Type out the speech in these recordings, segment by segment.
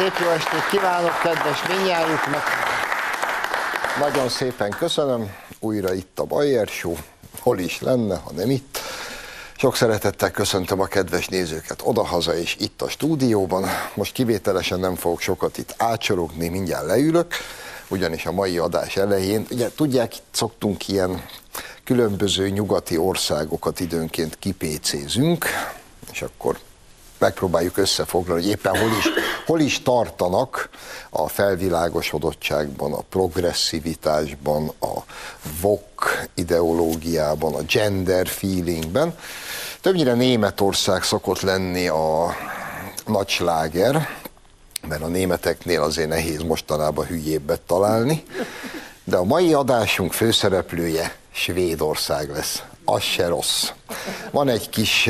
Szép jó estét kívánok, kedves mindnyájuknak! Nagyon szépen köszönöm, újra itt a Bayer Show, hol is lenne, ha nem itt. Sok szeretettel köszöntöm a kedves nézőket odahaza és itt a stúdióban. Most kivételesen nem fogok sokat itt átsorogni, mindjárt leülök, ugyanis a mai adás elején, ugye tudják, itt szoktunk ilyen különböző nyugati országokat időnként kipécézünk, és akkor megpróbáljuk összefoglalni, hogy éppen hol is tartanak a felvilágosodottságban, a progresszivitásban, a woke ideológiában, a gender feelingben. Többnyire Németország szokott lenni a nagy sláger, mert a németeknél azért nehéz mostanában hülyébbet találni, de a mai adásunk főszereplője Svédország lesz. Az se rossz. Van egy kis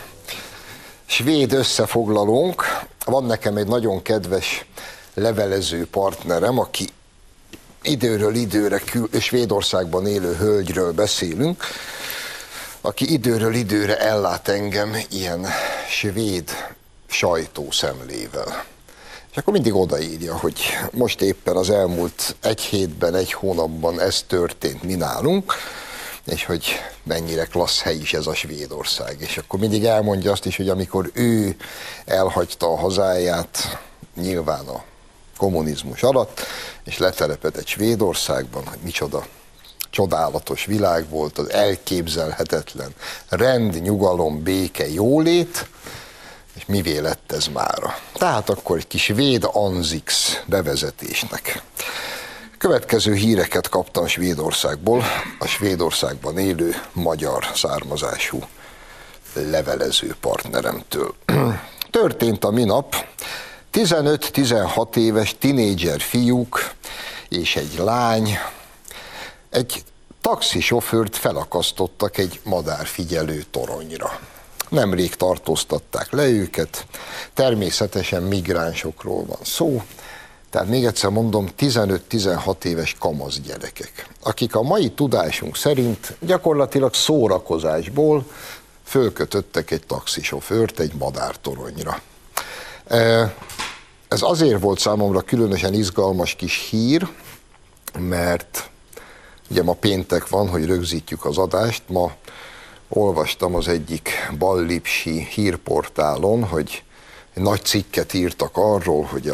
svéd összefoglalónk, van nekem egy nagyon kedves levelező partnerem, aki időről időre, Svédországban élő hölgyről beszélünk, aki időről időre ellát engem ilyen svéd sajtószemlével. És akkor mindig odaírja, hogy most éppen az elmúlt egy hétben, egy hónapban ez történt mi nálunk, és hogy mennyire klassz hely is ez a Svédország. És akkor mindig elmondja azt is, hogy amikor ő elhagyta a hazáját, nyilván a kommunizmus alatt, és letelepedett Svédországban, hogy micsoda csodálatos világ volt, az elképzelhetetlen rend, nyugalom, béke, jólét, és mivé lett ez mára. Tehát akkor egy kis svéd anzix bevezetésnek. Következő híreket kaptam Svédországból, a Svédországban élő magyar származású levelező partneremtől. Történt a minap, 15-16 éves tinédzser fiúk és egy lány egy taxisofőrt felakasztottak egy madárfigyelő toronyra. Nemrég tartóztatták le őket, természetesen migránsokról van szó, tehát még egyszer mondom, 15-16 éves kamasz gyerekek, akik a mai tudásunk szerint gyakorlatilag szórakozásból fölkötöttek egy taxisofőrt egy madártoronyra. Ez azért volt számomra különösen izgalmas kis hír, mert ugye ma péntek van, hogy rögzítjük az adást, ma olvastam az egyik ballipsi hírportálon, hogy egy nagy cikket írtak arról, hogy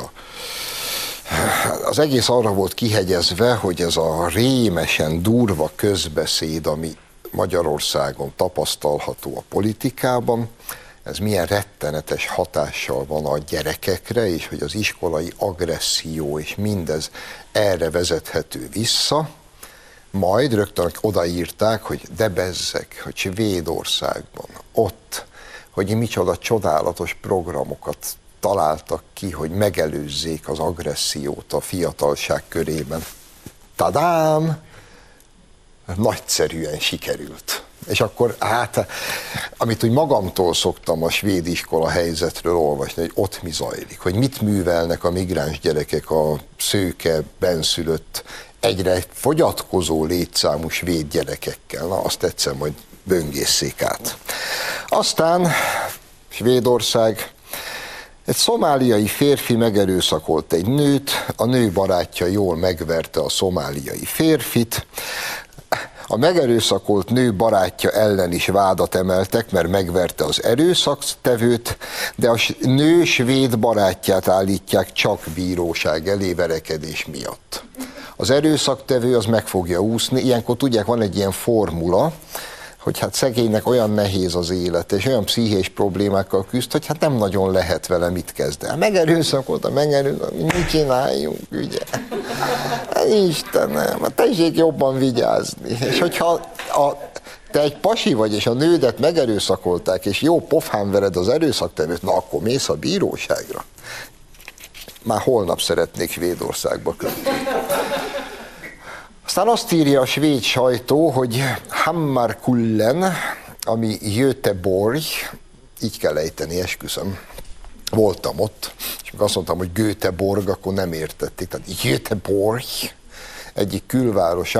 az egész arra volt kihegyezve, hogy ez a rémesen durva közbeszéd, ami Magyarországon tapasztalható a politikában, ez milyen rettenetes hatással van a gyerekekre, és hogy az iskolai agresszió és mindez erre vezethető vissza. Majd rögtön odaírták, hogy de bezzeg, hogy Svédországban, ott, hogy micsoda csodálatos programokat találtak ki, hogy megelőzzék az agressziót a fiatalság körében. Tadám! Nagyszerűen sikerült. És akkor hát, amit úgy magamtól szoktam a svéd iskola helyzetről olvasni, hogy ott mi zajlik, hogy mit művelnek a migráns gyerekek a szőke, benszülött, egyre fogyatkozó létszámú svéd gyerekekkel. Na, azt egyszer majd böngészszék át. Aztán Svédország, egy szomáliai férfi megerőszakolt egy nőt, a nő barátja jól megverte a szomáliai férfit, a megerőszakolt nő barátja ellen is vádat emeltek, mert megverte az erőszaktevőt, de a nő svéd barátját állítják csak bíróság elé verekedés miatt. Az erőszaktevő az meg fogja úszni, ilyenkor tudják, van egy ilyen formula, hogy hát szegénynek olyan nehéz az élet, és olyan pszichés problémákkal küzd, hogy hát nem nagyon lehet vele mit kezdeni. Megerőszakolta, mit csináljunk, ugye? Hát Istenem, hát tessék jobban vigyázni. És hogyha te egy pasi vagy, és a nődet megerőszakolták, és jó pofán vered az erőszaktevőt, na akkor mész a bíróságra. Már holnap szeretnék Svédországba költözni. Aztán azt írja a svéd sajtó, hogy Hammarkullen, ami Göteborg, így kell ejteni, esküszöm. Voltam ott, és azt mondtam, hogy Göteborg, akkor nem értették. Tehát Göteborg, egyik külvárosa,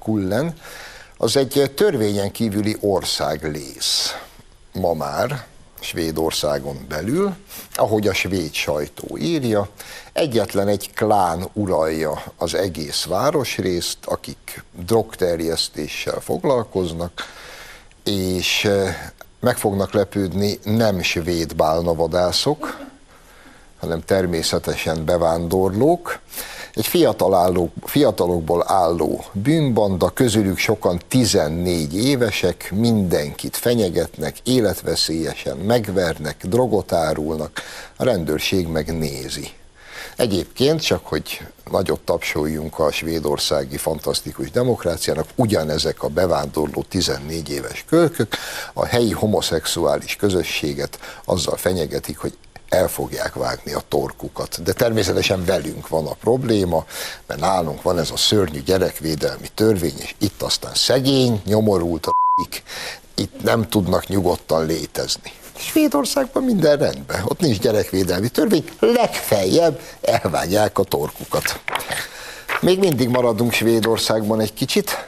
Hammarkullen, az egy törvényen kívüli országlész ma már, Svédországon belül, ahogy a svéd sajtó írja, egyetlen egy klán uralja az egész városrészt, akik drogterjesztéssel foglalkoznak, és meg fognak lepődni nem svéd bálnavadászok, hanem természetesen bevándorlók. Egy fiatalokból álló bűnbanda, közülük sokan 14 évesek, mindenkit fenyegetnek, életveszélyesen megvernek, drogot árulnak, a rendőrség meg nézi. Egyébként, csak hogy nagyot tapsoljunk a svédországi fantasztikus demokráciának, ugyanezek a bevándorló 14 éves kölkök a helyi homoszexuális közösséget azzal fenyegetik, hogy el fogják vágni a torkukat. De természetesen velünk van a probléma, mert nálunk van ez a szörnyű gyerekvédelmi törvény, és itt aztán szegény, nyomorult a itt nem tudnak nyugodtan létezni. Svédországban minden rendben, ott nincs gyerekvédelmi törvény, legfeljebb elvágják a torkukat. Még mindig maradunk Svédországban egy kicsit.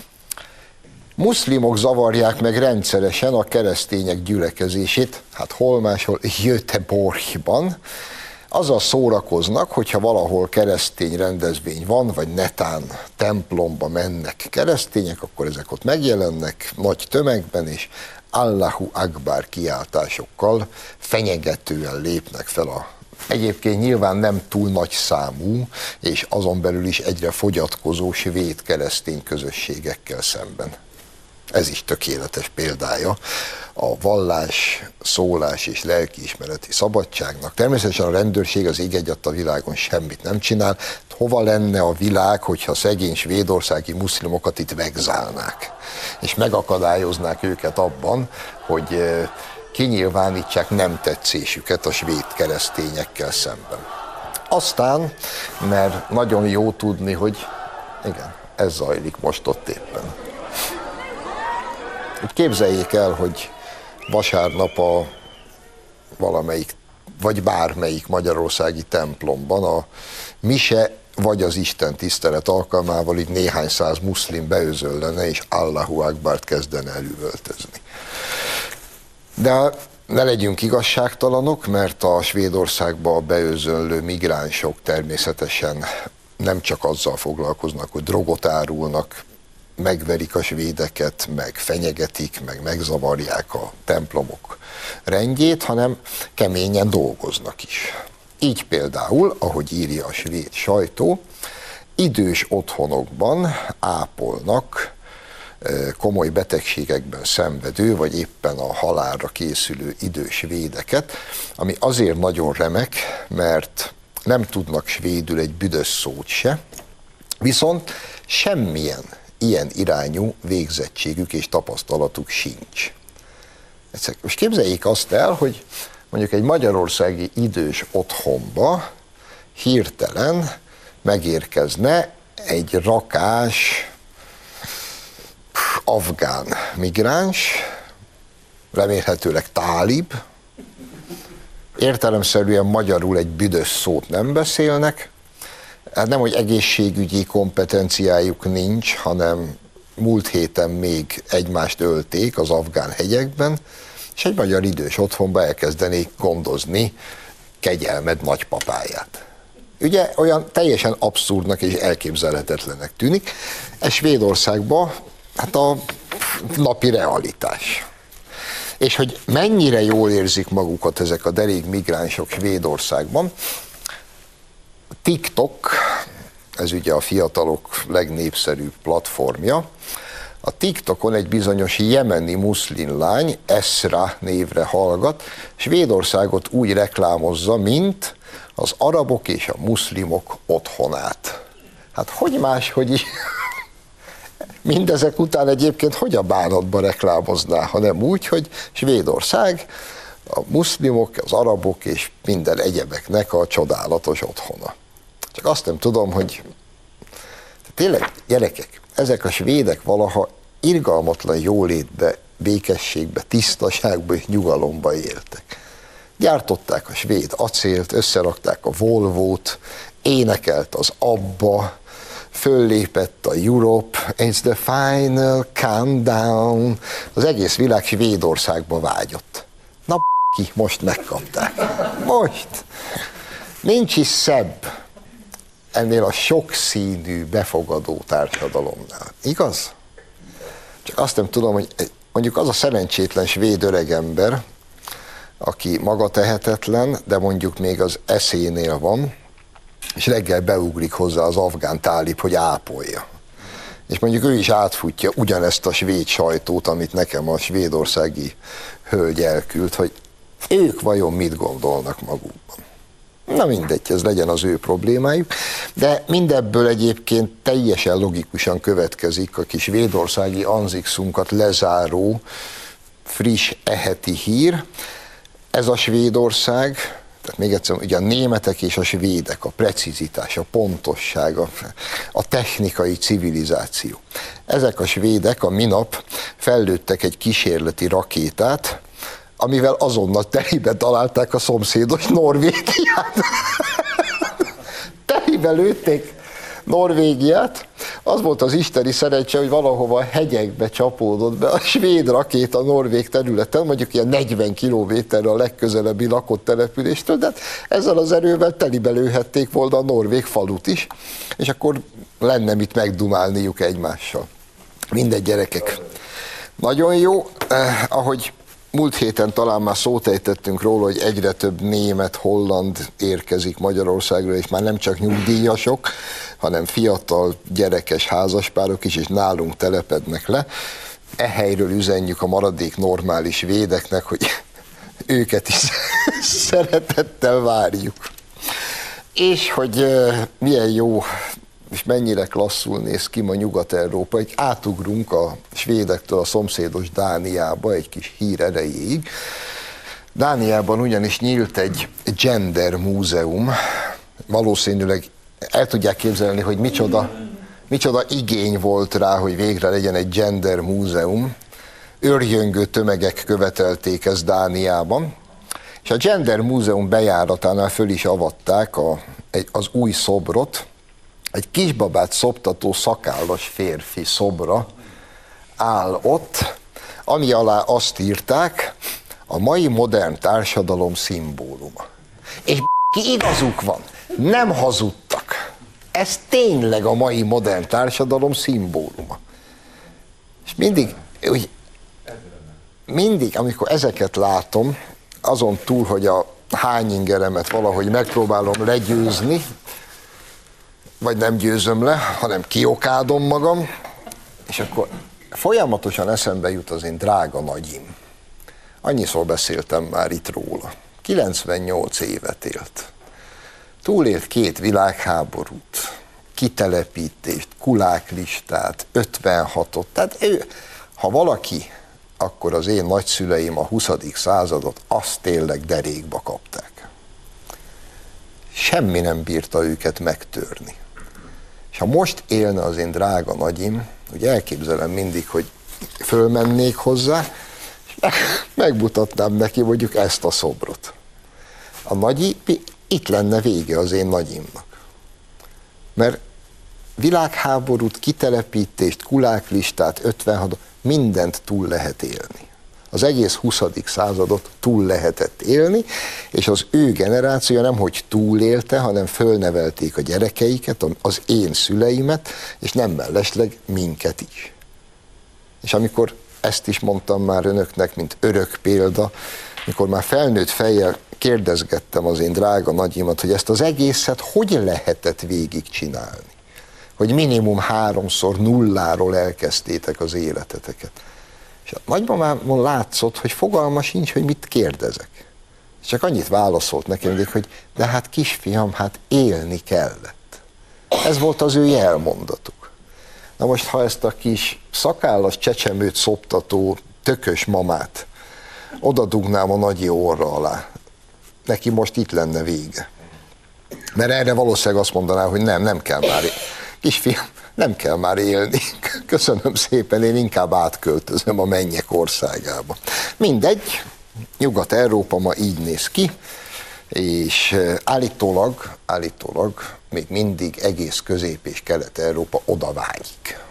Muszlimok zavarják meg rendszeresen a keresztények gyülekezését, hát hol máshol, Göteborgban. Azzal szórakoznak, hogyha valahol keresztény rendezvény van, vagy netán templomba mennek keresztények, akkor ezek ott megjelennek nagy tömegben, és Allahu Akbar kiáltásokkal fenyegetően lépnek fel a egyébként nyilván nem túl nagy számú, és azon belül is egyre fogyatkozó svéd keresztény közösségekkel szemben. Ez is tökéletes példája a vallás, szólás és lelkiismereti szabadságnak. Természetesen a rendőrség az ég egyatt a világon semmit nem csinál. Hova lenne a világ, hogyha szegény svédországi muszlimokat itt vegzálnák, és megakadályoznák őket abban, hogy kinyilvánítsák nem tetszésüket a svéd keresztényekkel szemben. Aztán, mert nagyon jó tudni, hogy igen, ez zajlik most ott éppen. Úgy képzeljék el, hogy vasárnap a valamelyik, vagy bármelyik magyarországi templomban a mise vagy az Isten tisztelet alkalmával így néhány száz muszlim beözöllene, és Allahu Akbart kezdene elüvöltözni. De ne legyünk igazságtalanok, mert a Svédországba beözönlő migránsok természetesen nem csak azzal foglalkoznak, hogy drogot árulnak, megverik a svédeket, meg fenyegetik, meg megzavarják a templomok rendjét, hanem keményen dolgoznak is. Így például, ahogy írja a svéd sajtó, idős otthonokban ápolnak komoly betegségekben szenvedő, vagy éppen a halálra készülő idős svédeket, ami azért nagyon remek, mert nem tudnak svédül egy büdös szót se, viszont semmilyen ilyen irányú végzettségük és tapasztalatuk sincs. Most képzeljék azt el, hogy mondjuk egy magyarországi idős otthonba hirtelen megérkezne egy rakás afgán migráns, remélhetőleg tálib, értelemszerűen magyarul egy büdös szót nem beszélnek, hát nem, hogy egészségügyi kompetenciájuk nincs, hanem múlt héten még egymást ölték az afgán hegyekben, és egy magyar idős otthonba elkezdenék gondozni Kegyelmed nagypapáját. Ugye olyan teljesen abszurdnak és elképzelhetetlennek tűnik. Ez Svédországban hát a napi realitás. És hogy mennyire jól érzik magukat ezek a derék migránsok Svédországban, TikTok, ez ugye a fiatalok legnépszerűbb platformja, a TikTokon egy bizonyos jemeni muszlim lány, Esra névre hallgat, Svédországot úgy reklámozza, mint az arabok és a muszlimok otthonát. Hát hogy máshogy is? Mindezek után egyébként hogy a bánatba reklámozná, hanem úgy, hogy Svédország a muszlimok, az arabok és minden egyebeknek a csodálatos otthona. Csak azt nem tudom, hogy tényleg, gyerekek, ezek a svédek valaha irgalmatlan jólétbe, békességbe, tisztaságba és nyugalomba éltek. Gyártották a svéd acélt, összerakták a Volvót, énekelt az ABBA, föllépett a Europe, it's the final countdown, az egész világ Svédországba vágyott. Na ki, most megkapták. Most. Nincs is szebb ennél a sokszínű, befogadó társadalomnál. Igaz? Csak azt nem tudom, hogy mondjuk az a szerencsétlen svéd öregember, aki maga tehetetlen, de mondjuk még az eszénél van, és reggel beugrik hozzá az afgán tálib, hogy ápolja. És mondjuk ő is átfutja ugyanezt a svéd sajtót, amit nekem a svédországi hölgy elküld, hogy ők vajon mit gondolnak magukban. Na mindegy, ez legyen az ő problémájuk, de mindebből egyébként teljesen logikusan következik a kis svédországi anzixunkat lezáró friss eheti hír. Ez a Svédország, tehát még egyszer, ugye a németek és a svédek, a precizitás, a pontosság, a technikai civilizáció. Ezek a svédek a minap fellőttek egy kísérleti rakétát, amivel azonnal telibe találták a szomszédos Norvégiát. Telibe lőtték Norvégiát. Az volt az isteni szerencse, hogy valahova a hegyekbe csapódott be a svéd rakéta a norvég területen, mondjuk ilyen 40 kilométerre a legközelebbi lakott településtől, de ezzel az erővel telibe lőhették volna a norvég falut is, és akkor lenne mit megdumálniuk egymással. Mindegy, gyerekek. Nagyon jó, ahogy múlt héten talán már szót ejtettünk róla, hogy egyre több német, holland érkezik Magyarországra, és már nem csak nyugdíjasok, hanem fiatal, gyerekes házaspárok is, és nálunk telepednek le. Ehelyről üzenjük a maradék normális védeknek, hogy őket is szeretettel várjuk. És hogy milyen jó, és mennyire klasszul néz ki ma Nyugat-Európa, egy átugrunk a svédektől a szomszédos Dániába egy kis hír erejéig. Dániában ugyanis nyílt egy gender múzeum, valószínűleg el tudják képzelni, hogy micsoda igény volt rá, hogy végre legyen egy gender múzeum. Őrjöngő tömegek követelték ezt Dániában, és a gender múzeum bejáratánál föl is avatták az új szobrot, egy kisbabát szoptató szakállas férfi szobra áll ott, ami alá azt írták, a mai modern társadalom szimbóluma. És ki igazuk van, nem hazudtak. Ez tényleg a mai modern társadalom szimbóluma. És mindig, amikor ezeket látom, azon túl, hogy a hányingeremet valahogy megpróbálom legyőzni, vagy nem győzöm le, hanem kiokádom magam, és akkor folyamatosan eszembe jut az én drága nagyim. Annyiszor beszéltem már itt róla. 98 évet élt. Túlélt 2 világháborút, kitelepítést, kuláklistát, 56-ot. Tehát ha valaki, akkor az én nagyszüleim a 20. századot azt tényleg derékba kapták. Semmi nem bírta őket megtörni. És ha most élne az én drága nagyim, úgy elképzelem mindig, hogy fölmennék hozzá, és megmutatnám neki mondjuk ezt a szobrot. A nagyi, itt lenne vége az én nagyimnak. Mert világháborút, kitelepítést, kuláklistát, 56, mindent túl lehet élni. Az egész 20. századot túl lehetett élni, és az ő generációja nemhogy túlélte, hanem fölnevelték a gyerekeiket, az én szüleimet, és nem mellesleg minket is. És amikor ezt is mondtam már önöknek, mint örök példa, mikor már felnőtt fejjel kérdezgettem az én drága nagyimat, hogy ezt az egészet hogy lehetett végigcsinálni. Hogy minimum 3-szor nulláról elkezdtétek az életeteket. És a nagymamámon látszott, hogy fogalma sincs, hogy mit kérdezek. És csak annyit válaszolt nekem, hogy de hát kisfiam, hát élni kellett. Ez volt az ő jelmondatuk. Na most, ha ezt a kis szakállas csecsemőt szoptató tökös mamát oda dugnám a nagyi orra alá, neki most itt lenne vége. Mert erre valószínűleg azt mondaná, hogy nem kell már élni. Kisfiam, nem kell már élni. Köszönöm szépen, én inkább átköltözöm a mennyek országába. Mindegy, Nyugat-Európa ma így néz ki, és állítólag még mindig egész Közép- és Kelet-Európa oda vágyik.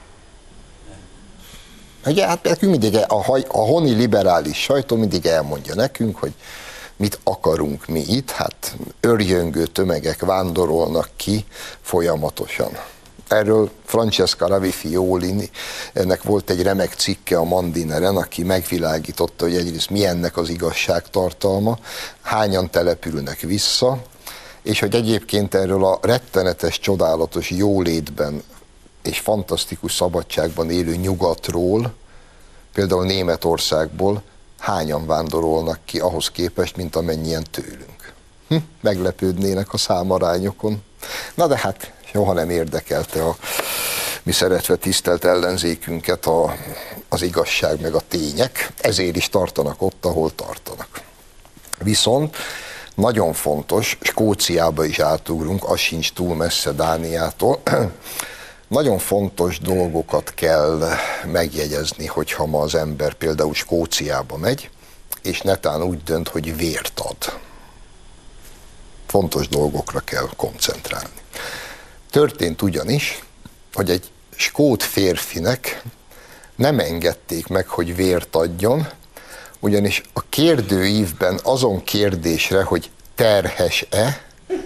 Ugye, hát nekünk mindig a honi liberális sajtó mindig elmondja nekünk, hogy Mit akarunk mi itt? Hát örjöngő tömegek vándorolnak ki folyamatosan. Erről Francesca Ravifioli, ennek volt egy remek cikke a Mandineren, aki megvilágította, hogy egyrészt mi ennek az igazságtartalma, hányan települnek vissza, és hogy egyébként erről a rettenetes, csodálatos jólétben és fantasztikus szabadságban élő nyugatról, például Németországból hányan vándorolnak ki ahhoz képest, mint amennyien tőlünk. Meglepődnének a számarányokon. Na de hát soha nem érdekelte a mi szeretve tisztelt ellenzékünket az igazság meg a tények, ezért is tartanak ott, ahol tartanak. Viszont nagyon fontos, Skóciába is átugrunk, az sincs túl messze Dániától, nagyon fontos dolgokat kell megjegyezni, hogyha ma az ember például Skóciába megy, és netán úgy dönt, hogy vért ad. Fontos dolgokra kell koncentrálni. Történt ugyanis, hogy egy skót férfinek nem engedték meg, hogy vért adjon, ugyanis a kérdőívben azon kérdésre, hogy terhes-e,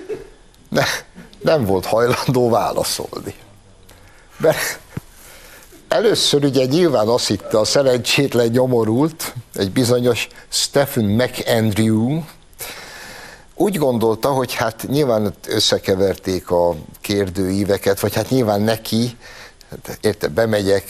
nem volt hajlandó válaszolni. Mert először ugye nyilván azt hitte a szerencsétlen nyomorult, egy bizonyos Stephen McAndrew, úgy gondolta, hogy hát nyilván összekeverték a kérdőíveket, vagy hát nyilván neki, hát érte, bemegyek,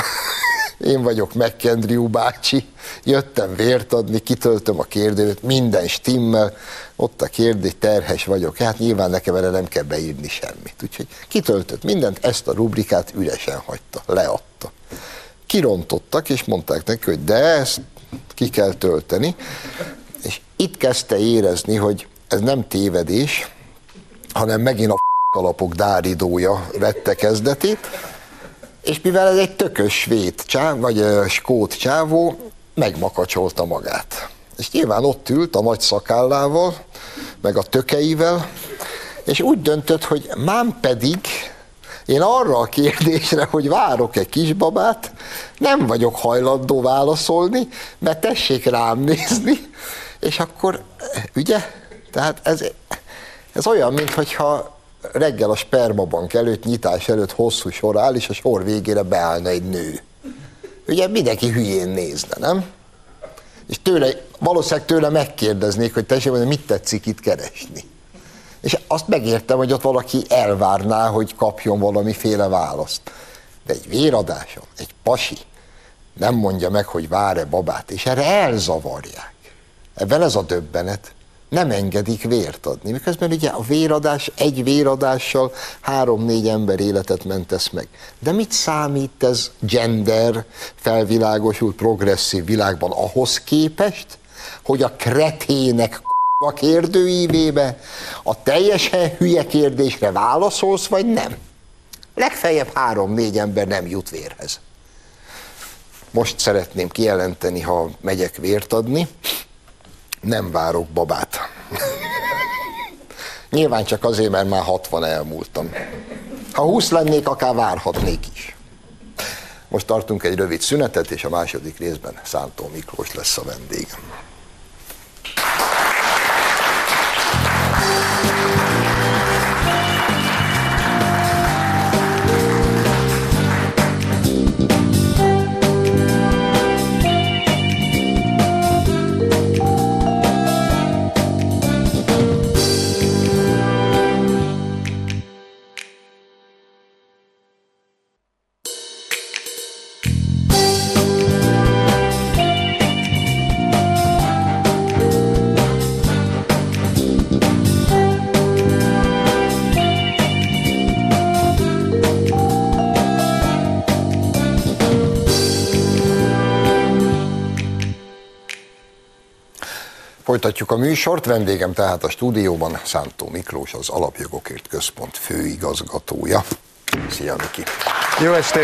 én vagyok McAndrew bácsi, jöttem vért adni, kitöltöm a kérdőt, minden stimmel, ott a kérdés, terhes vagyok, hát nyilván nekem erre nem kell beírni semmit. Úgyhogy kitöltött mindent, ezt a rubrikát üresen hagyta, leadta. Kirontottak, és mondták neki, hogy de ezt ki kell tölteni, és itt kezdte érezni, hogy ez nem tévedés, hanem megint a alapok dáridója vette kezdetét, és mivel ez egy tökös svéd vagy skót csávó, megmakacsolta magát. És nyilván ott ült a nagy szakállával, meg a tökeivel, és úgy döntött, hogy mám pedig én arra a kérdésre, hogy várok-e kisbabát, nem vagyok hajlandó válaszolni, mert tessék rám nézni, és akkor, ugye? Tehát ez olyan, mintha reggel a spermabank előtt, nyitás előtt hosszú sor áll, és a sor végére beállna egy nő. Ugye mindenki hülyén nézne, nem? És valószínűleg tőle megkérdeznék, hogy tessék, mit tetszik itt keresni. És azt megértem, hogy ott valaki elvárná, hogy kapjon valamiféle választ. De egy véradáson, egy pasi nem mondja meg, hogy vár-e babát, és erre elzavarják. Ebben ez a döbbenet. Nem engedik vért adni, miközben ugye a véradás, egy véradással 3-4 ember életet mentesz meg. De mit számít ez gender felvilágosult, progresszív világban ahhoz képest, hogy a kretének a kérdőívébe a teljesen hülye kérdésre válaszolsz, vagy nem? Legfeljebb 3-4 ember nem jut vérhez. Most szeretném kijelenteni, ha megyek vért adni, nem várok babát. Nyilván csak azért, mert már 60 elmúltam. Ha 20 lennék, akár várhatnék is. Most tartunk egy rövid szünetet, és a második részben Szántó Miklós lesz a vendégem. Folytatjuk a műsort, vendégem tehát a stúdióban Szántó Miklós, az Alapjogokért Központ főigazgatója. Szia, Miki! Jó estét!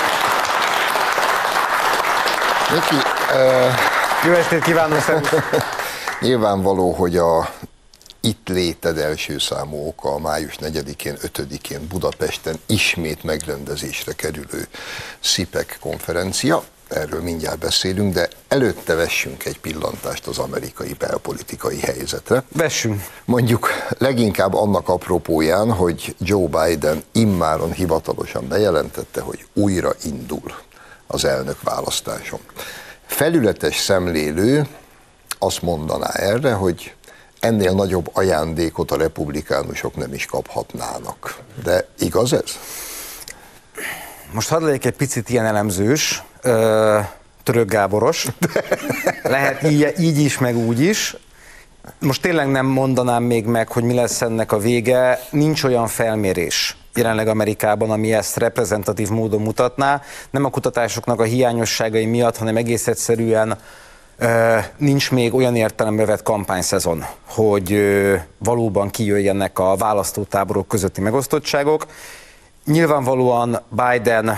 Miki, jó estét kívánok szerintem! Nyilvánvaló, hogy a itt léted első számú oka a május 4-én, 5-én Budapesten ismét megrendezésre kerülő SZIPEC konferencia, erről mindjárt beszélünk, de előtte vessünk egy pillantást az amerikai belpolitikai helyzetre. Vessünk. Mondjuk leginkább annak apropóján, hogy Joe Biden immáron hivatalosan bejelentette, hogy újra indul az elnökválasztáson. Felületes szemlélő azt mondaná erre, hogy ennél nagyobb ajándékot a republikánusok nem is kaphatnának. De igaz ez? Most hadd legyek egy picit ilyen elemzős, Török Gáboros. Lehet így is, meg úgy is. Most tényleg nem mondanám még meg, hogy mi lesz ennek a vége. Nincs olyan felmérés jelenleg Amerikában, ami ezt reprezentatív módon mutatná. Nem a kutatásoknak a hiányosságai miatt, hanem egész egyszerűen nincs még olyan értelembe vett kampányszezon, hogy valóban kijöjjenek a választótáborok közötti megosztottságok. Nyilvánvalóan Biden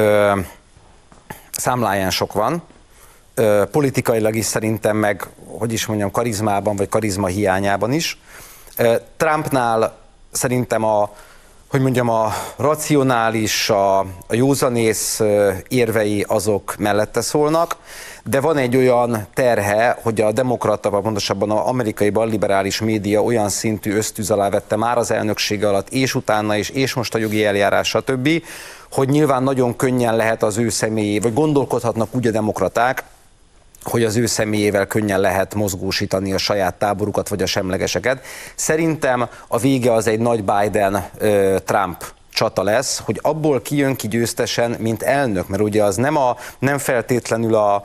számláján sok van, politikailag is szerintem meg, hogy is mondjam, karizmában vagy karizma hiányában is. Trumpnál szerintem a racionális, a józanész érvei azok mellette szólnak, de van egy olyan terhe, hogy a demokrata, vagy pontosabban az amerikai balliberális média olyan szintű ösztűz alá vette már az elnöksége alatt, és utána is, és most a jogi eljárás, stb., hogy nyilván nagyon könnyen lehet az ő személyé, vagy gondolkodhatnak úgy a demokraták, hogy az ő személyével könnyen lehet mozgósítani a saját táborukat, vagy a semlegeseket. Szerintem a vége az egy nagy Biden-Trump csata lesz, hogy abból kijön ki győztesen, mint elnök, mert ugye az nem feltétlenül a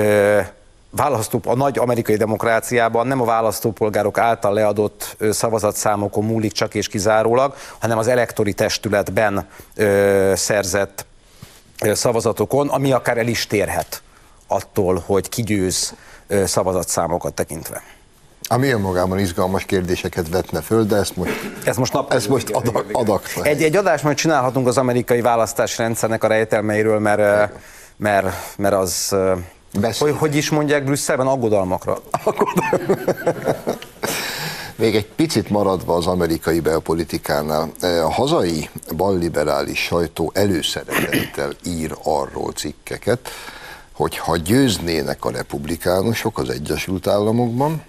nagy amerikai demokráciában nem a választópolgárok által leadott szavazatszámokon múlik csak és kizárólag, hanem az elektori testületben szerzett szavazatokon, ami akár el is térhet attól, hogy ki győz szavazatszámokat tekintve. Ami önmagában izgalmas kérdéseket vetne föl, de ezt most adakta. Egy adást majd csinálhatunk az amerikai választási rendszernek a rejtelmeiről, mert az, hogy is mondják Brüsszelben, aggodalmakra. Még egy picit maradva az amerikai belpolitikánál, a hazai balliberális sajtó előszeretettel ír arról cikkeket, hogy ha győznének a republikánusok az Egyesült Államokban,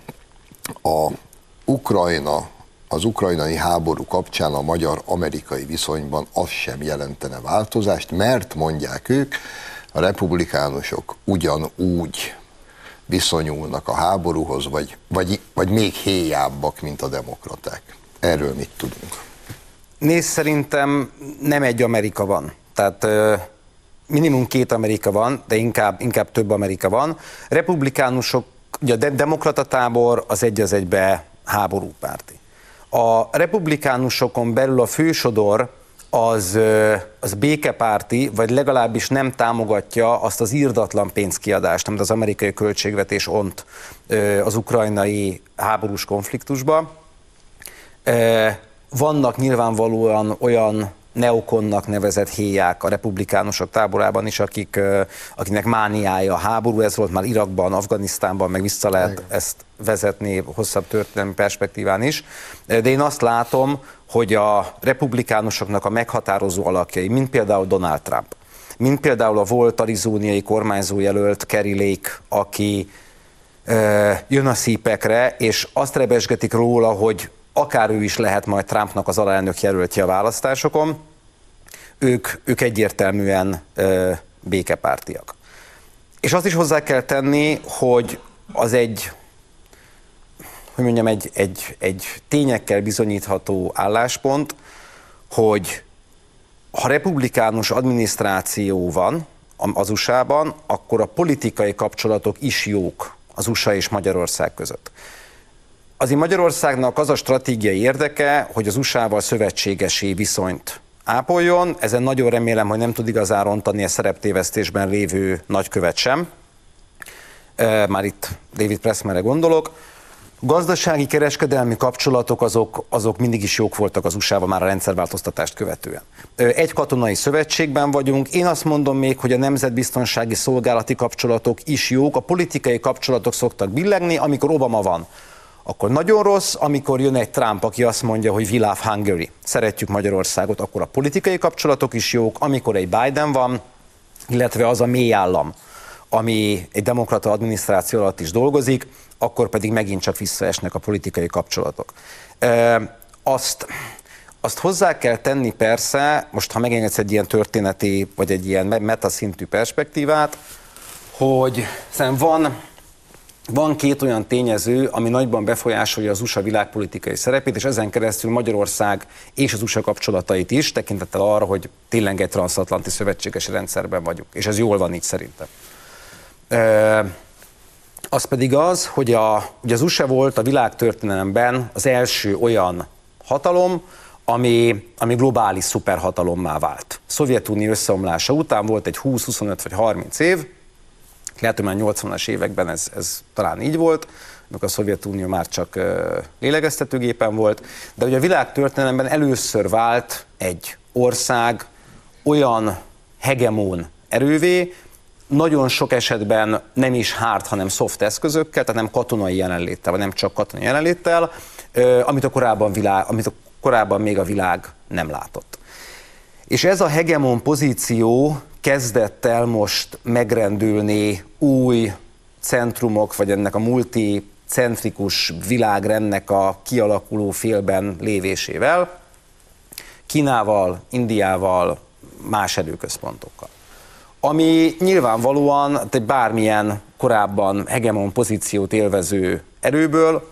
az ukrajnai háború kapcsán a magyar-amerikai viszonyban az sem jelentene változást, mert mondják ők, a republikánusok ugyanúgy viszonyulnak a háborúhoz, vagy még héjábbak, mint a demokraták. Erről mit tudunk? Nézd, szerintem nem egy Amerika van. Tehát minimum 2 Amerika van, de inkább több Amerika van. Republikánusok, ugye a demokrata tábor az egy az egybe háborúpárti. A republikánusokon belül a fősodor az békepárti, vagy legalábbis nem támogatja azt az irdatlan pénzkiadást, amit az amerikai költségvetés ont az ukrajnai háborús konfliktusba. Vannak nyilvánvalóan olyan neokonnak nevezett héják a republikánusok táborában is, akiknek mániája a háború, ez volt már Irakban, Afganisztánban, meg vissza lehet ezt vezetni hosszabb történelmi perspektíván is. De én azt látom, hogy a republikánusoknak a meghatározó alakjai, mint például Donald Trump, mint például a volt arizóniai kormányzójelölt Kari Lake, aki jön a szípekre, és azt rebesgetik róla, hogy akár ő is lehet majd Trumpnak az alelnök jelöltje a választásokon, ők egyértelműen békepártiak. És azt is hozzá kell tenni, hogy az egy tényekkel bizonyítható álláspont, hogy ha republikánus adminisztráció van az USA-ban, akkor a politikai kapcsolatok is jók az USA és Magyarország között. Azért Magyarországnak az a stratégiai érdeke, hogy az USA-val szövetségesi viszonyt ápoljon. Ezen nagyon remélem, hogy nem tud igazán rontani a szereptévesztésben lévő nagykövet sem. Már itt David Pressmanre gondolok. Gazdasági, kereskedelmi kapcsolatok azok mindig is jók voltak az USA-ban már a rendszerváltoztatást követően. Egy katonai szövetségben vagyunk, én azt mondom még, hogy a nemzetbiztonsági szolgálati kapcsolatok is jók, a politikai kapcsolatok szoktak billegni, amikor Obama van, akkor nagyon rossz, amikor jön egy Trump, aki azt mondja, hogy we love Hungary, szeretjük Magyarországot, akkor a politikai kapcsolatok is jók, amikor egy Biden van, illetve az a mély állam, ami egy demokrata adminisztráció alatt is dolgozik, akkor pedig megint csak visszaesnek a politikai kapcsolatok. Azt hozzá kell tenni persze, most ha megengedsz egy ilyen történeti, vagy egy ilyen metaszintű perspektívát, hogy szerintem van két olyan tényező, ami nagyban befolyásolja az USA világpolitikai szerepét, és ezen keresztül Magyarország és az USA kapcsolatait is, tekintettel arra, hogy tényleg egy transatlanti szövetséges rendszerben vagyunk, és ez jól van így szerintem. Az pedig az, hogy ugye az USA volt a világtörténelemben az első olyan hatalom, ami globális szuperhatalommá vált. A Szovjetunió összeomlása után volt egy 20, 25 vagy 30 év, lehet, hogy már 80-as években ez talán így volt, amikor a Szovjetunió már csak lélegeztetőgépen volt, de ugye a világtörténelemben először vált egy ország olyan hegemón erővé, nagyon sok esetben nem is hard, hanem soft eszközökkel, tehát nem katonai jelenléttel, vagy nem csak katonai jelenléttel, amit korábban még a világ nem látott. És ez a hegemon pozíció kezdett el most megrendülni új centrumok, vagy ennek a multicentrikus világrendnek a kialakuló félben lévésével, Kínával, Indiával, más erőközpontokkal. Ami nyilvánvalóan egy bármilyen korábban hegemon pozíciót élvező erőből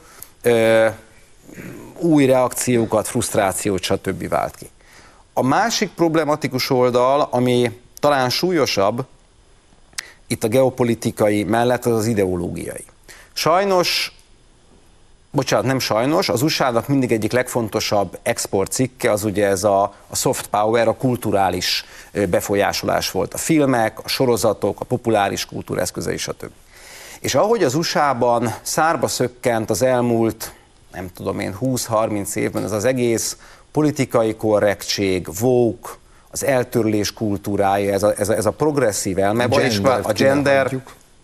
új reakciókat, frusztrációt, stb. Vált ki. A másik problematikus oldal, ami talán súlyosabb itt a geopolitikai mellett, az ideológiai. Az USA-nak mindig egyik legfontosabb exportcikke, az ugye ez a soft power, a kulturális befolyásolás volt. A filmek, a sorozatok, a populáris kultúra eszközei, stb. És ahogy az USA-ban szárba szökkent az elmúlt, nem tudom én, 20-30 évben ez az egész politikai korrektség, woke, az eltörlés kultúrája, ez a progresszív elmebaj, a gender,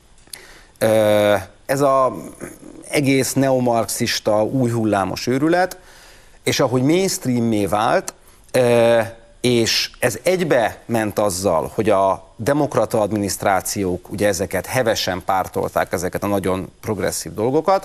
ez az egész neomarxista, új hullámos őrület, és ahogy mainstreammé vált, és ez egybe ment azzal, hogy a demokrata adminisztrációk ugye ezeket hevesen pártolták, ezeket a nagyon progresszív dolgokat.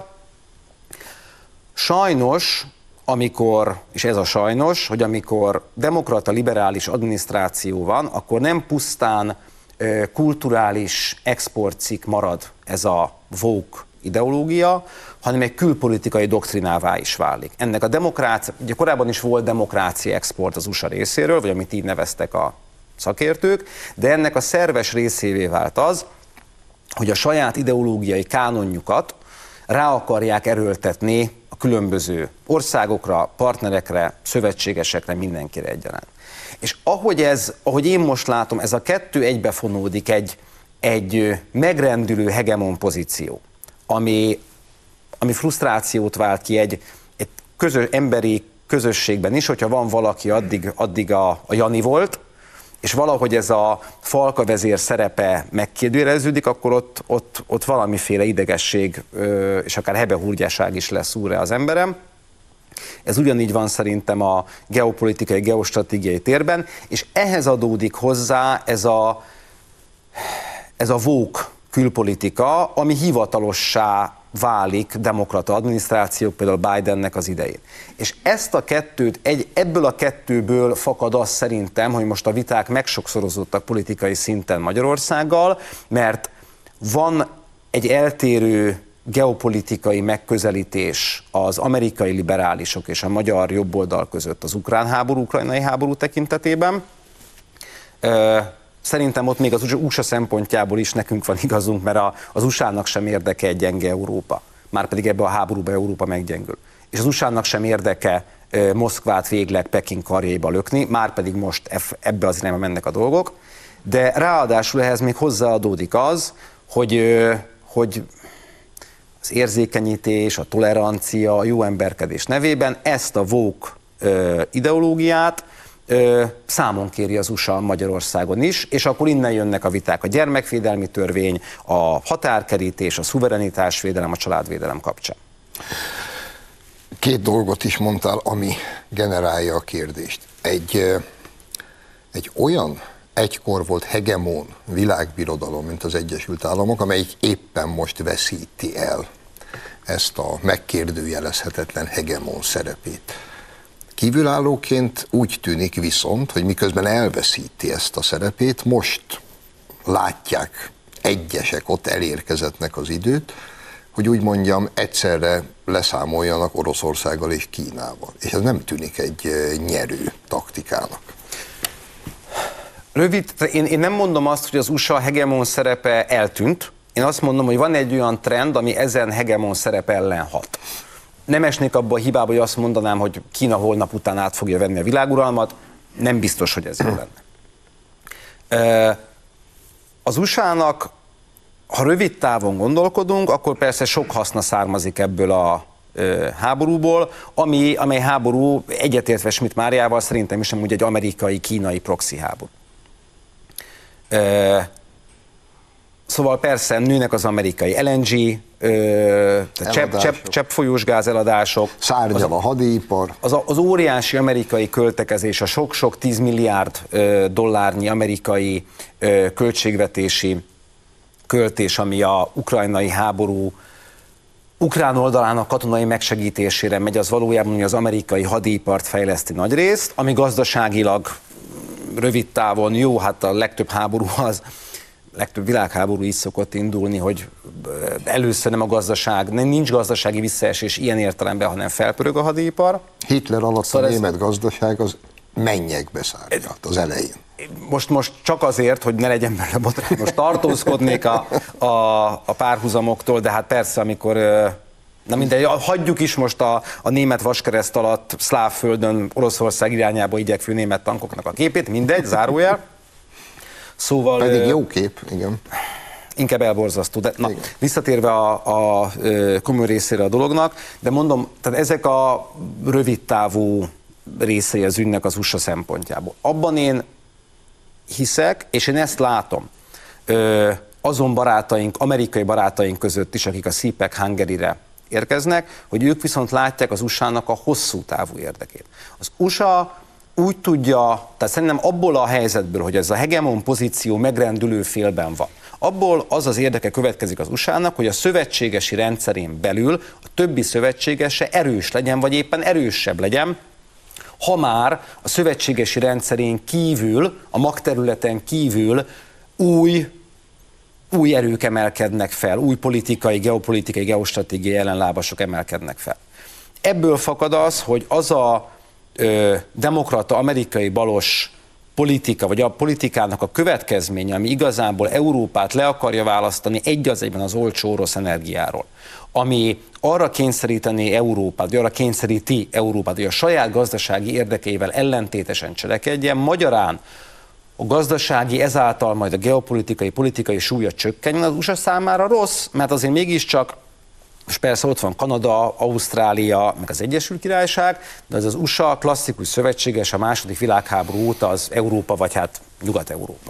Sajnos, és ez a sajnos, hogy amikor demokrata liberális adminisztráció van, akkor nem pusztán kulturális exportcikk marad ez a woke ideológia, hanem egy külpolitikai doktrinává is válik. Ennek a demokrácia, ugye korábban is volt demokrácia export az USA részéről, vagy amit így neveztek a szakértők, de ennek a szerves részévé vált az, hogy a saját ideológiai kánonjukat rá akarják erőltetni a különböző országokra, partnerekre, szövetségesekre, mindenkire egyaránt. És ahogy én most látom, ez a kettő egybefonódik egy megrendülő hegemon pozíció, ami frusztrációt vált ki egy emberi közösségben is, hogyha van valaki addig a Jani volt, és valahogy ez a falkavezér szerepe megkérdőjeleződik, akkor ott valamiféle idegesség és akár hebehúrgyáság is leszúr-e az emberem. Ez ugyanígy van szerintem a geopolitikai, geostratégiai térben, és ehhez adódik hozzá ez a woke külpolitika, ami hivatalossá válik demokrata adminisztrációk, például Bidennek az idején. És ezt a kettőt, ebből a kettőből fakad az szerintem, hogy most a viták megsokszorozottak politikai szinten Magyarországgal, mert van egy eltérő geopolitikai megközelítés az amerikai liberálisok és a magyar jobboldal között az ukrán háború, ukrajnai háború tekintetében. Szerintem ott még az USA szempontjából is nekünk van igazunk, mert az USA-nak sem érdeke egy gyenge Európa. Márpedig ebbe a háborúba Európa meggyengül. És az USA-nak sem érdeke Moszkvát végleg Peking karjaiba lökni, márpedig most ebbe az irányba mennek a dolgok. De ráadásul ehhez még hozzáadódik az, hogy az érzékenyítés, a tolerancia, a jó emberkedés nevében ezt a woke ideológiát számon kéri az USA Magyarországon is, és akkor innen jönnek a viták, a gyermekvédelmi törvény, a határkerítés, a szuverenitásvédelem, a családvédelem kapcsán. Két dolgot is mondtál, ami generálja a kérdést. Egy olyan egykor volt hegemon világbirodalom, mint az Egyesült Államok, amelyik éppen most veszíti el ezt a megkérdőjelezhetetlen hegemon szerepét. Kívülállóként úgy tűnik viszont, hogy miközben elveszíti ezt a szerepét, most látják egyesek, ott elérkezettnek az időt, hogy úgy mondjam, egyszerre leszámoljanak Oroszországgal és Kínával. És ez nem tűnik egy nyerő taktikának. Én nem mondom azt, hogy az USA hegemon szerepe eltűnt. Én azt mondom, hogy van egy olyan trend, ami ezen hegemon szerep ellen hat. Nem esnék abba a hibába, hogy azt mondanám, hogy Kína holnap után át fogja venni a világuralmat. Nem biztos, hogy ez jó lenne. Az USA-nak, ha rövid távon gondolkodunk, akkor persze sok haszna származik ebből a háborúból, amely háború egyetértve Schmidt Máriával szerintem is amúgy egy amerikai-kínai proxy háború. Szóval persze nőnek az amerikai LNG, cseppfolyós gázeladások. Szárnyal a hadipar. Az óriási amerikai költekezés, a sok-sok 10 milliárd dollárnyi amerikai költségvetési költés, ami a ukrajnai háború ukrán oldalának katonai megsegítésére megy, az valójában az amerikai hadipart fejleszti nagyrészt, ami gazdaságilag rövid távon jó, hát a legtöbb világháború így szokott indulni, hogy először nem a gazdaság, nincs gazdasági visszaesés ilyen értelemben, hanem felpörög a hadipar. Hitler alatt szóval a német gazdaság az mennyekbe szárnyalt az elején. Most csak azért, hogy ne legyen belőle botrány, most tartózkodnék a párhuzamoktól, de hát persze, amikor, na mindegy, hagyjuk is most a német vaskereszt alatt szláv földön Oroszország irányába igyekvő német tankoknak a képét, mindegy, zárójel. Szóval, pedig jó kép, igen. Inkább elborzasztó, de na, visszatérve a komoly részére a dolognak, de mondom, tehát ezek a rövidtávú részei az ügynek az USA szempontjából. Abban én hiszek, és én ezt látom azon barátaink, amerikai barátaink között is, akik a CPEC Hungary-re érkeznek, hogy ők viszont látják az USA-nak a hosszú távú érdekét. Az USA úgy tudja, tehát szerintem abból a helyzetből, hogy ez a hegemon pozíció megrendülő félben van, abból az az érdeke következik az USA-nak, hogy a szövetségesi rendszerén belül a többi szövetségese erős legyen, vagy éppen erősebb legyen, ha már a szövetségesi rendszerén kívül, a magterületen kívül új erők emelkednek fel, új politikai, geopolitikai, geostratégiai ellenlábasok emelkednek fel. Ebből fakad az, hogy az a demokrata, amerikai balos politika, vagy a politikának a következménye, ami igazából Európát le akarja választani egy az egyben az olcsó orosz energiáról, ami arra kényszeríteni Európát, vagy arra kényszeríti Európát, hogy a saját gazdasági érdekeivel ellentétesen cselekedjen, magyarán a gazdasági, ezáltal majd a geopolitikai, politikai súlya csökkenjen, az USA számára rossz, mert azért mégiscsak, és persze ott van Kanada, Ausztrália, meg az Egyesült Királyság, de az USA klasszikus szövetséges a második világháború óta az Európa, vagy hát Nyugat-Európa.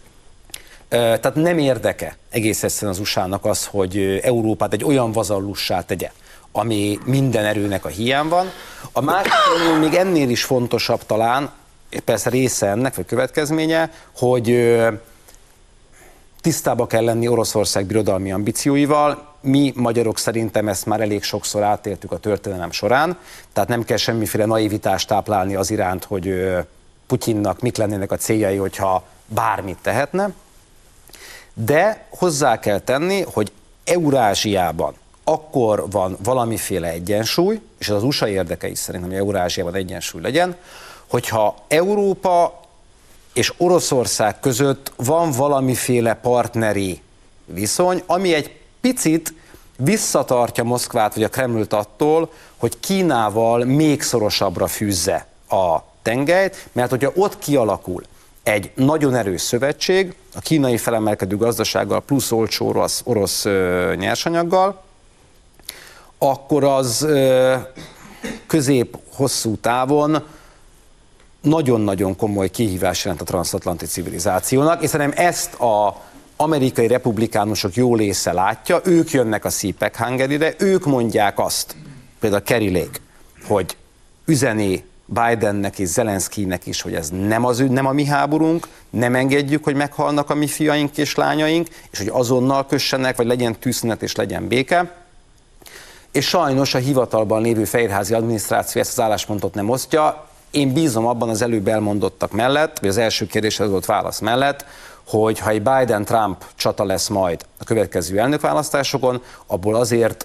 Tehát nem érdeke egész egyszerűen az USA-nak az, hogy Európát egy olyan vazallussá tegye, ami minden erőnek a hiány van. A másik, ami még ennél is fontosabb talán, persze része ennek, vagy következménye, hogy tisztába kell lenni Oroszország birodalmi ambícióival. Mi magyarok szerintem ezt már elég sokszor átéltük a történelem során, tehát nem kell semmiféle naivitást táplálni az iránt, hogy Putyinnak mik lennének a céljai, hogyha bármit tehetne. De hozzá kell tenni, hogy Eurázsiában akkor van valamiféle egyensúly, és az USA érdeke is szerintem, hogy Eurázsiában egyensúly legyen, hogyha Európa és Oroszország között van valamiféle partneri viszony, ami egy picit visszatartja Moszkvát vagy a Kremlt attól, hogy Kínával még szorosabbra fűzze a tengelyt, mert hogyha ott kialakul egy nagyon erős szövetség, a kínai felemelkedő gazdasággal plusz olcsó orosz nyersanyaggal, akkor az közép-hosszú távon nagyon-nagyon komoly kihívás jelent a transatlanti civilizációnak, és szerintem ezt az amerikai republikánusok jó része látja, ők jönnek a CPEC Hungary-re, ők mondják azt, például Kerry Lake, hogy üzeni Bidennek és Zelenszkijnek is, hogy ez nem a mi háborunk, nem engedjük, hogy meghalnak a mi fiaink és lányaink, és hogy azonnal kössenek, vagy legyen tűzszünet és legyen béke. És sajnos a hivatalban lévő fehérházi adminisztráció ezt az álláspontot nem osztja. Én bízom abban az előbb elmondottak mellett, vagy az első kérdéshez adott válasz mellett, hogy ha egy Biden-Trump csata lesz majd a következő elnökválasztásokon, abból azért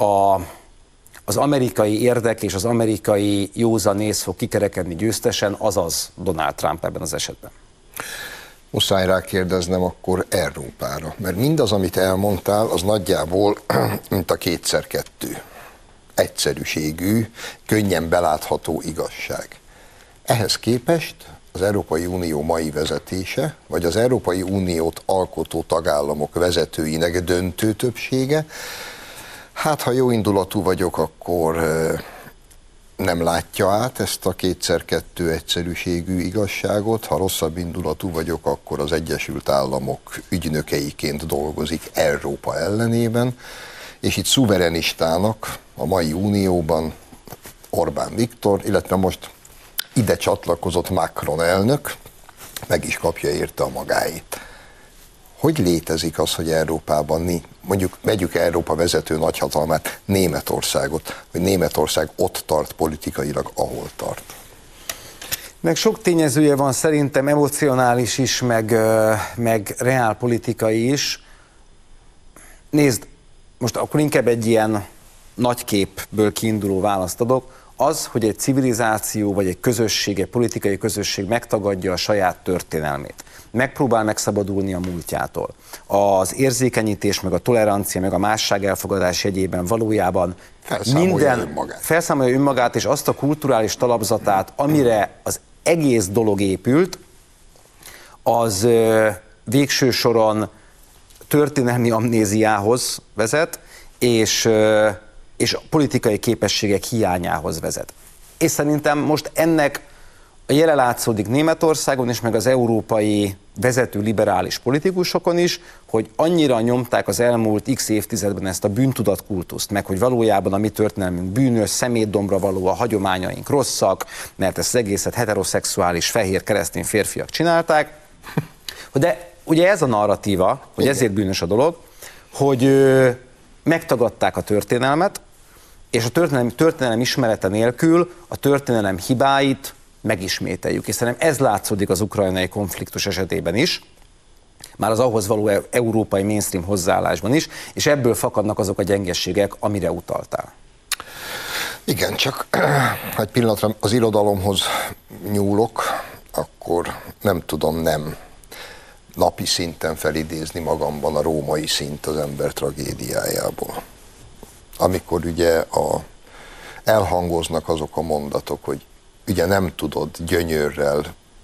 az amerikai érdek és az amerikai józanész fog kikerekedni győztesen, azaz Donald Trump ebben az esetben. Muszáj rákérdeznem akkor Európára, mert mindaz, amit elmondtál, az nagyjából mint a 2x2. Egyszerűségű, könnyen belátható igazság. Ehhez képest az Európai Unió mai vezetése, vagy az Európai Uniót alkotó tagállamok vezetőinek döntő többsége, hát ha jó indulatú vagyok, akkor nem látja át ezt a 2x2 egyszerűségű igazságot, ha rosszabb indulatú vagyok, akkor az Egyesült Államok ügynökeiként dolgozik Európa ellenében, és itt szuverenistának a mai unióban Orbán Viktor, illetve most ide csatlakozott Macron elnök, meg is kapja érte a magáit. Hogy létezik az, hogy Európában, mondjuk vegyük Európa vezető nagyhatalmát, Németországot, hogy Németország ott tart politikailag, ahol tart? Meg sok tényezője van szerintem, emocionális is, meg reálpolitikai is. Nézd, most akkor inkább egy ilyen nagyképből kiinduló választ adok. Az, hogy egy civilizáció vagy egy közösség, egy politikai közösség megtagadja a saját történelmét, megpróbál megszabadulni a múltjától. Az érzékenyítés, meg a tolerancia, meg a másság elfogadás jegyében valójában felszámolja önmagát, és azt a kulturális talapzatát, amire az egész dolog épült, az végső soron történelmi amnéziához vezet, és politikai képességek hiányához vezet. És szerintem most ennek a jele látszódik Németországon is, meg az európai vezető liberális politikusokon is, hogy annyira nyomták az elmúlt x évtizedben ezt a bűntudatkultuszt, meg hogy valójában a mi történelmünk bűnös, szemétdombra való, a hagyományaink rosszak, mert ezt az egészet heteroszexuális, fehér, keresztény férfiak csinálták. De ugye ez a narratíva, hogy igen, ezért bűnös a dolog, hogy megtagadták a történelmet, és a történelem ismerete nélkül a történelem hibáit megismételjük. És szerintem ez látszódik az ukrajnai konfliktus esetében is, már az ahhoz való európai mainstream hozzáállásban is, és ebből fakadnak azok a gyengességek, amire utaltál. Igen, csak ha egy pillanatra az irodalomhoz nyúlok, akkor nem tudom nem napi szinten felidézni magamban a római szint az ember tragédiájából. Amikor ugye elhangoznak azok a mondatok, hogy ugye nem tudod gyönyörrel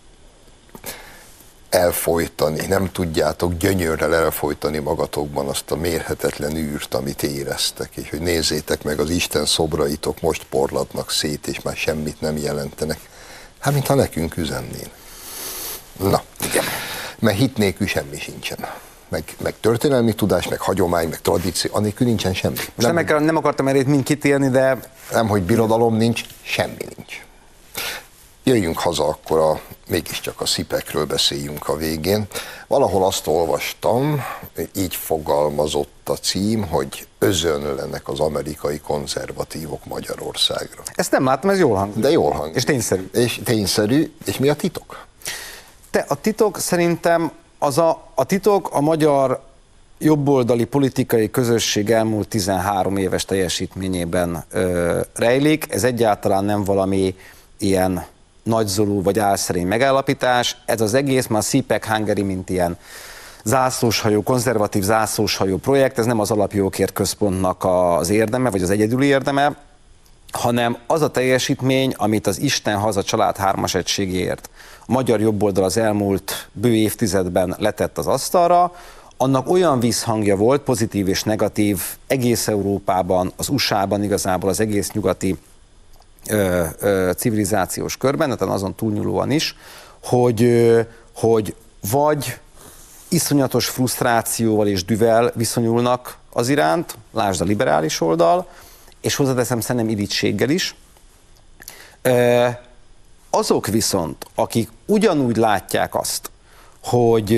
elfojtani, nem tudjátok gyönyörrel elfojtani magatokban azt a mérhetetlen űrt, amit éreztek, és hogy nézzétek meg, az Isten szobraitok most porladnak szét, és már semmit nem jelentenek. Hát, mintha nekünk üzennének. Na, igen. Mert hit nélkül semmi sincsen. Meg történelmi tudás, meg hagyomány, meg tradíció, anélkül nincsen semmi. Nem akartam erre mind kitérni, de... Nem, hogy birodalom nincs, semmi nincs. Jöjjünk haza, akkor mégiscsak a szipekről beszéljünk a végén. Valahol azt olvastam, így fogalmazott a cím, hogy özönlenek az amerikai konzervatívok Magyarországra. Ezt nem láttam, ez jól hangzik. De jól hangzik. És tényszerű. És tényszerű. És mi a titok? A titok szerintem a titok a magyar jobboldali politikai közösség elmúlt 13 éves teljesítményében rejlik. Ez egyáltalán nem valami ilyen nagyzolú vagy álszerény megállapítás. Ez az egész, már a CPAC Hungary, mint ilyen zászlóshajó, konzervatív zászlóshajó projekt, ez nem az Alapjogokért Központnak az érdeme, vagy az egyedüli érdeme, hanem az a teljesítmény, amit az Isten haza család hármas egységéért a magyar jobboldal az elmúlt bő évtizedben letett az asztalra, annak olyan vízhangja volt, pozitív és negatív, egész Európában, az USA-ban, igazából az egész nyugati civilizációs körben, tehát azon túlnyúlóan is, hogy vagy iszonyatos frusztrációval és düvel viszonyulnak az iránt, lásd a liberális oldal, és hozzáteszem szerintem irítséggel is, Azok viszont, akik ugyanúgy látják azt, hogy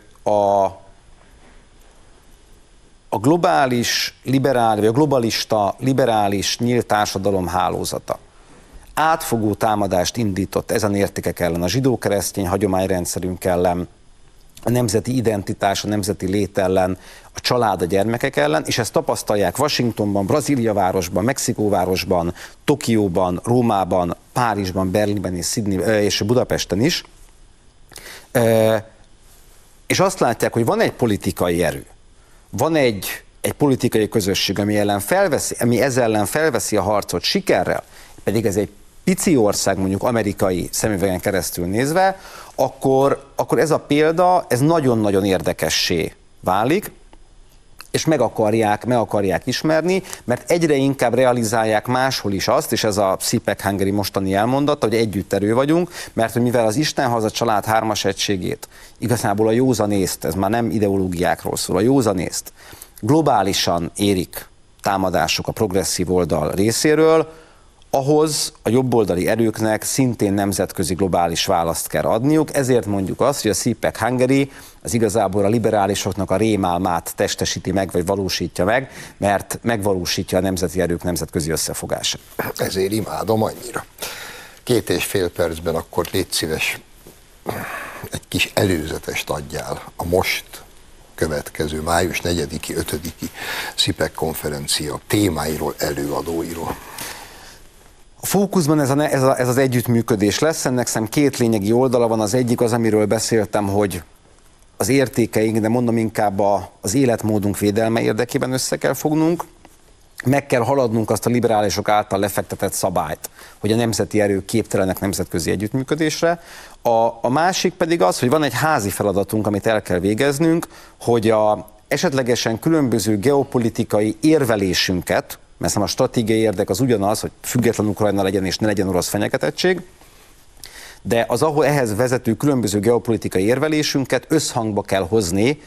a globális liberális, vagy a globalista liberális nyílt társadalom hálózata átfogó támadást indított ezen értékek ellen, a zsidó-keresztény hagyományrendszerünk ellen, a nemzeti identitás, a nemzeti lét ellen, a család, a gyermekek ellen, és ezt tapasztalják Washingtonban, Brazília városban, Mexikó városban, Tokióban, Rómában, Párizsban, Berlinben és Budapesten is. És azt látják, hogy van egy politikai erő, van egy politikai közösség, ami ezzel ellen felveszi a harcot sikerrel, pedig ez egy pici ország, mondjuk amerikai szemüvegen keresztül nézve, akkor ez a példa, ez nagyon-nagyon érdekessé válik, és meg akarják ismerni, mert egyre inkább realizálják máshol is azt, és ez a CPAC Hungary mostani elmondata, hogy együtt erő vagyunk, mert hogy mivel az Isten-haza család hármas egységét, igazából a józanészt, ez már nem ideológiákról szól, a józanészt globálisan érik támadások a progresszív oldal részéről, ahhoz a jobboldali erőknek szintén nemzetközi globális választ kell adniuk, ezért mondjuk azt, hogy a CPAC Hungary az igazából a liberálisoknak a rémálmát testesíti meg, vagy valósítja meg, mert megvalósítja a nemzeti erők nemzetközi összefogását. Ezért imádom annyira. 2,5 percben akkor légy szíves, egy kis előzetest adjál a most következő május 4-i, 5-i CPAC konferencia témáiról, előadóiról. A fókuszban ez az együttműködés lesz, ennek szerintem két lényegi oldala van. Az egyik az, amiről beszéltem, hogy az értékeink, de mondom inkább az életmódunk védelme érdekében össze kell fognunk, meg kell haladnunk azt a liberálisok által lefektetett szabályt, hogy a nemzeti erők képtelenek nemzetközi együttműködésre. A másik pedig az, hogy van egy házi feladatunk, amit el kell végeznünk, hogy esetlegesen különböző geopolitikai érvelésünket, mert a stratégiai érdek az ugyanaz, hogy független Ukrajna legyen és ne legyen orosz fenyegetettség, de az ehhez vezető különböző geopolitikai érvelésünket összhangba kell hozni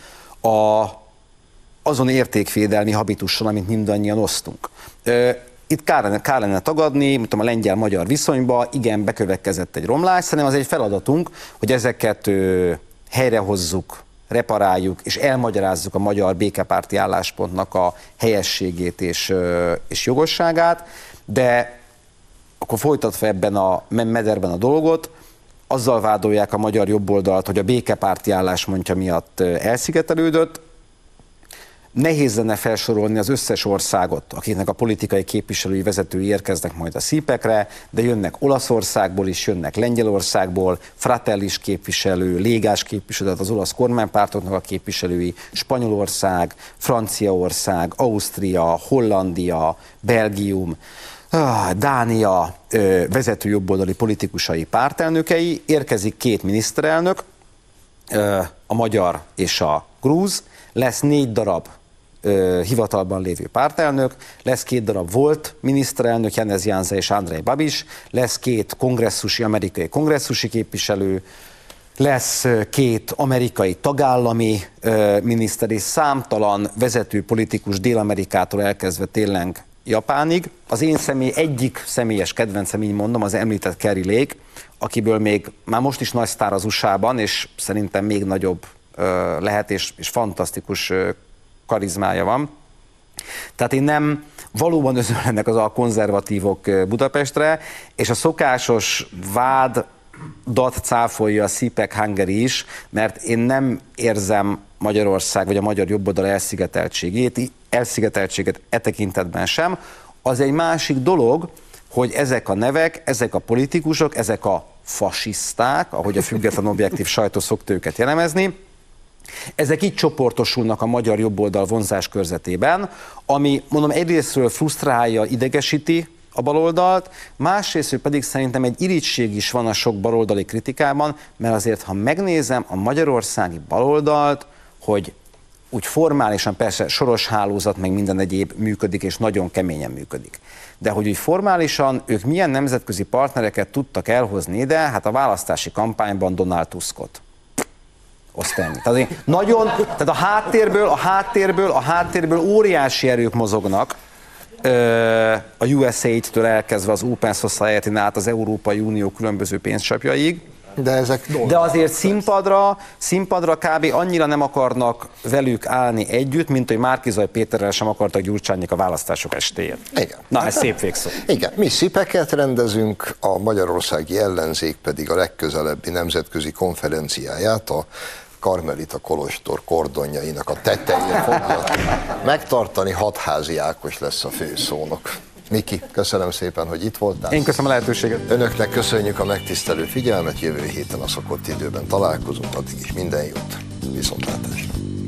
azon értékvédelmi habitussal, amit mindannyian osztunk. Itt kellene tagadni, mint a lengyel-magyar viszonyba, igen, bekövetkezett egy romlás, szerintem az egy feladatunk, hogy ezeket helyrehozzuk, reparáljuk és elmagyarázzuk a magyar békepárti álláspontnak a helyességét és jogosságát, de akkor folytatva ebben a mederben a dolgot, azzal vádolják a magyar jobboldalt, hogy a békepárti álláspontja miatt elszigetelődött. Nehéz lenne felsorolni az összes országot, akiknek a politikai képviselői vezetői érkeznek majd a CPAC-re, de jönnek Olaszországból is, jönnek Lengyelországból, Fratellis képviselő, Légás képviselő, tehát az olasz kormánypártoknak a képviselői, Spanyolország, Franciaország, Ausztria, Hollandia, Belgium, Dánia vezető jobboldali politikusai, pártelnökei, érkezik 2 miniszterelnök, a magyar és a grúz, lesz 4 darab hivatalban lévő pártelnök, lesz 2 darab volt miniszterelnök, Janez Janša és Andrej Babiš, lesz 2 amerikai kongresszusi képviselő, lesz 2 amerikai tagállami miniszter és számtalan vezető politikus Dél-Amerikától elkezdve tényleg Japánig. Az én egyik személyes kedvencem, így mondom, az említett Kari Lake, akiből még már most is nagy sztár az USA-ban, és szerintem még nagyobb lehet, és fantasztikus karizmája van. Tehát én nem valóban özönlenek az a konzervatívok Budapestre, és a szokásos vádat cáfolja a CPAC Hungary is, mert én nem érzem Magyarország vagy a magyar jobboldal elszigeteltséget e tekintetben sem. Az egy másik dolog, hogy ezek a nevek, ezek a politikusok, ezek a fasiszták, ahogy a független objektív sajtó szokta őket jellemezni, ezek így csoportosulnak a magyar jobboldal vonzás körzetében, ami, mondom, egyrésztről frusztrálja, idegesíti a baloldalt, másrésztről pedig szerintem egy irigység is van a sok baloldali kritikában, mert azért, ha megnézem a magyarországi baloldalt, hogy úgy formálisan persze soros hálózat, meg minden egyéb működik, és nagyon keményen működik. De hogy úgy formálisan ők milyen nemzetközi partnereket tudtak elhozni ide, hát a választási kampányban Donald Tuskot. Tehát a háttérből óriási erők mozognak, a USAID-től elkezdve az Open Society-n át az Európai Unió különböző pénzcsapjaig. De azért színpadra kb. Annyira nem akarnak velük állni együtt, mint hogy Márki-Zay Péterrel sem akartak Gyurcsányék a választások estéjén. Igen. Na, ez szép végszó. Igen, mi szipeket rendezünk, a magyarországi ellenzék pedig a legközelebbi nemzetközi konferenciáját a Karmelita kolostor kordonjainak a tetején fogja megtartani. Hatházi Ákos lesz a főszónok. Miki, köszönöm szépen, hogy itt voltál. Én köszönöm a lehetőséget. Önöknek köszönjük a megtisztelő figyelmet, jövő héten a szokott időben találkozunk, addig is minden jót, viszontlátásra.